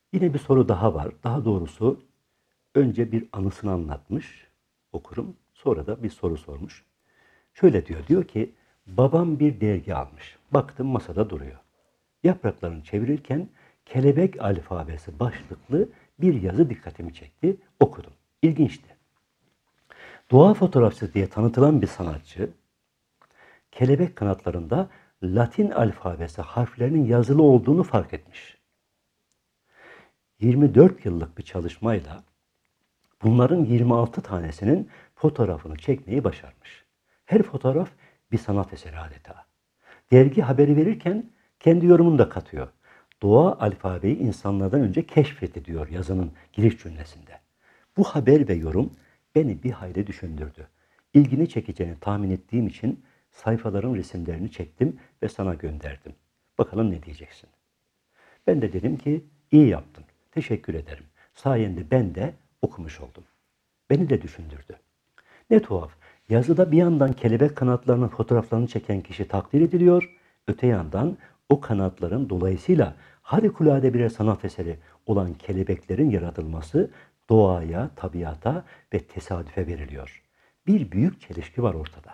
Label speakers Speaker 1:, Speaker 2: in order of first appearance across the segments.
Speaker 1: Yine bir soru daha var. Daha doğrusu önce bir anısını anlatmış okurum. Sonra da bir soru sormuş. Şöyle diyor. Diyor ki babam bir dergi almış. Baktım masada duruyor. Yapraklarını çevirirken kelebek alfabesi başlıklı bir yazı dikkatimi çekti. Okudum. İlginçti. Doğa fotoğrafçısı diye tanıtılan bir sanatçı kelebek kanatlarında Latin alfabesi harflerinin yazılı olduğunu fark etmiş. 24 yıllık bir çalışmayla bunların 26 tanesinin fotoğrafını çekmeyi başarmış. Her fotoğraf bir sanat eseri adeta. Dergi haberi verirken kendi yorumunu da katıyor. Doğa alfabeyi insanlardan önce keşfetti diyor yazının giriş cümlesinde. Bu haber ve yorum beni bir hayli düşündürdü. İlgini çekeceğini tahmin ettiğim için sayfaların resimlerini çektim ve sana gönderdim. Bakalım ne diyeceksin? Ben de dedim ki iyi yaptın. Teşekkür ederim. Sayende ben de okumuş oldum. Beni de düşündürdü. Ne tuhaf. Yazıda bir yandan kelebek kanatlarının fotoğraflarını çeken kişi takdir ediliyor. Öte yandan o kanatların dolayısıyla harikulade birer sanat eseri olan kelebeklerin yaratılması doğaya, tabiata ve tesadüfe veriliyor. Bir büyük çelişki var ortada.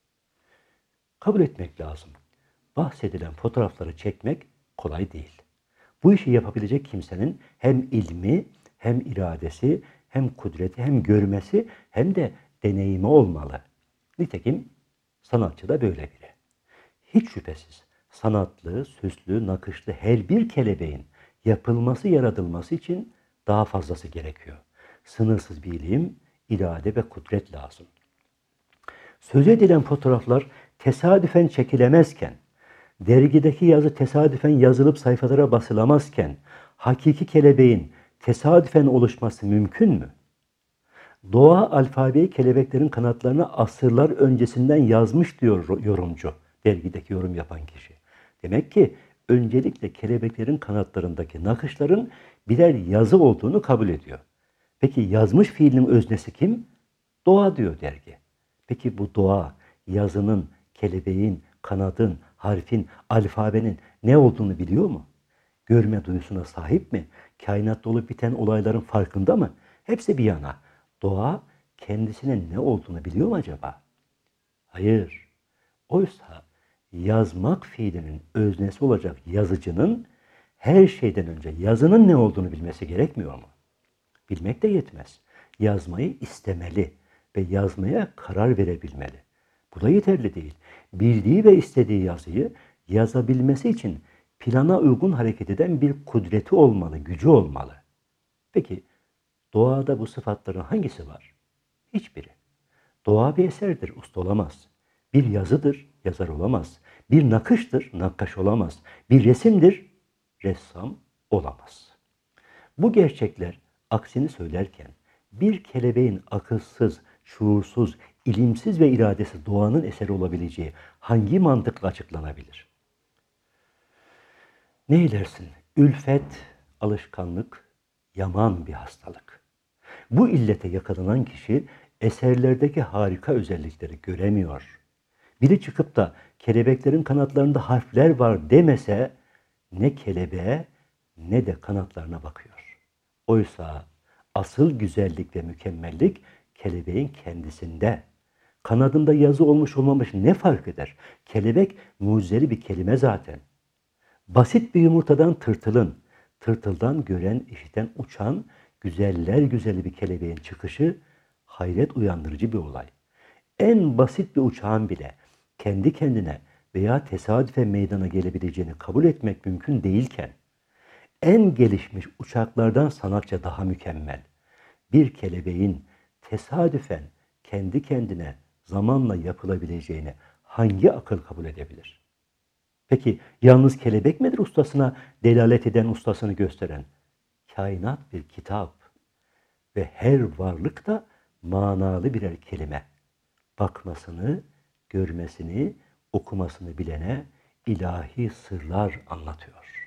Speaker 1: Kabul etmek lazım. Bahsedilen fotoğrafları çekmek kolay değil. Bu işi yapabilecek kimsenin hem ilmi, hem iradesi, hem kudreti, hem görmesi, hem de deneyimi olmalı. Nitekim sanatçı da böyle biri. Hiç şüphesiz sanatlı, süslü, nakışlı her bir kelebeğin yapılması, yaratılması için daha fazlası gerekiyor. Sınırsız bir ilim, irade ve kudret lazım. Söz edilen fotoğraflar tesadüfen çekilemezken, dergideki yazı tesadüfen yazılıp sayfalara basılamazken, hakiki kelebeğin tesadüfen oluşması mümkün mü? Doğa alfabeyi kelebeklerin kanatlarına asırlar öncesinden yazmış diyor yorumcu, dergideki yorum yapan kişi. Demek ki öncelikle kelebeklerin kanatlarındaki nakışların birer yazı olduğunu kabul ediyor. Peki yazmış fiilin öznesi kim? Doğa diyor dergi. Peki bu doğa, yazının, kelebeğin, kanadın, harfin, alfabenin ne olduğunu biliyor mu? Görme duyusuna sahip mi? Kainatta olup biten olayların farkında mı? Hepsi bir yana. Doğa kendisine ne olduğunu biliyor mu acaba? Hayır. Oysa yazmak fiilinin öznesi olacak yazıcının her şeyden önce yazının ne olduğunu bilmesi gerekmiyor mu? Bilmek de yetmez. Yazmayı istemeli ve yazmaya karar verebilmeli. Bu da yeterli değil. Bildiği ve istediği yazıyı yazabilmesi için plana uygun hareket eden bir kudreti olmalı, gücü olmalı. Peki doğada bu sıfatların hangisi var? Hiçbiri. Doğa bir eserdir, usta olamaz. Bir yazıdır, yazar olamaz. Bir nakıştır, nakkaş olamaz. Bir resimdir, ressam olamaz. Bu gerçekler aksini söylerken bir kelebeğin akılsız, şuursuz, ilimsiz ve iradesi doğanın eseri olabileceği hangi mantıkla açıklanabilir? Ne eylersin? Ülfet, alışkanlık, yaman bir hastalık. Bu illete yakalanan kişi eserlerdeki harika özellikleri göremiyor. Biri çıkıp da kelebeklerin kanatlarında harfler var demese ne kelebeğe ne de kanatlarına bakıyor. Oysa asıl güzellik ve mükemmellik kelebeğin kendisinde. Kanadında yazı olmuş olmamış ne fark eder? Kelebek mucizeli bir kelime zaten. Basit bir yumurtadan tırtılın, tırtıldan gören, işiten, uçan, güzeller güzeli bir kelebeğin çıkışı hayret uyandırıcı bir olay. En basit bir uçağın bile kendi kendine veya tesadüfen meydana gelebileceğini kabul etmek mümkün değilken, en gelişmiş uçaklardan sanatça daha mükemmel bir kelebeğin tesadüfen kendi kendine zamanla yapılabileceğini hangi akıl kabul edebilir? Peki yalnız kelebek midir ustasına delalet eden, ustasını gösteren? Kainat bir kitap ve her varlık da manalı birer kelime. Bakmasını, görmesini, okumasını bilene ilahi sırlar anlatıyor.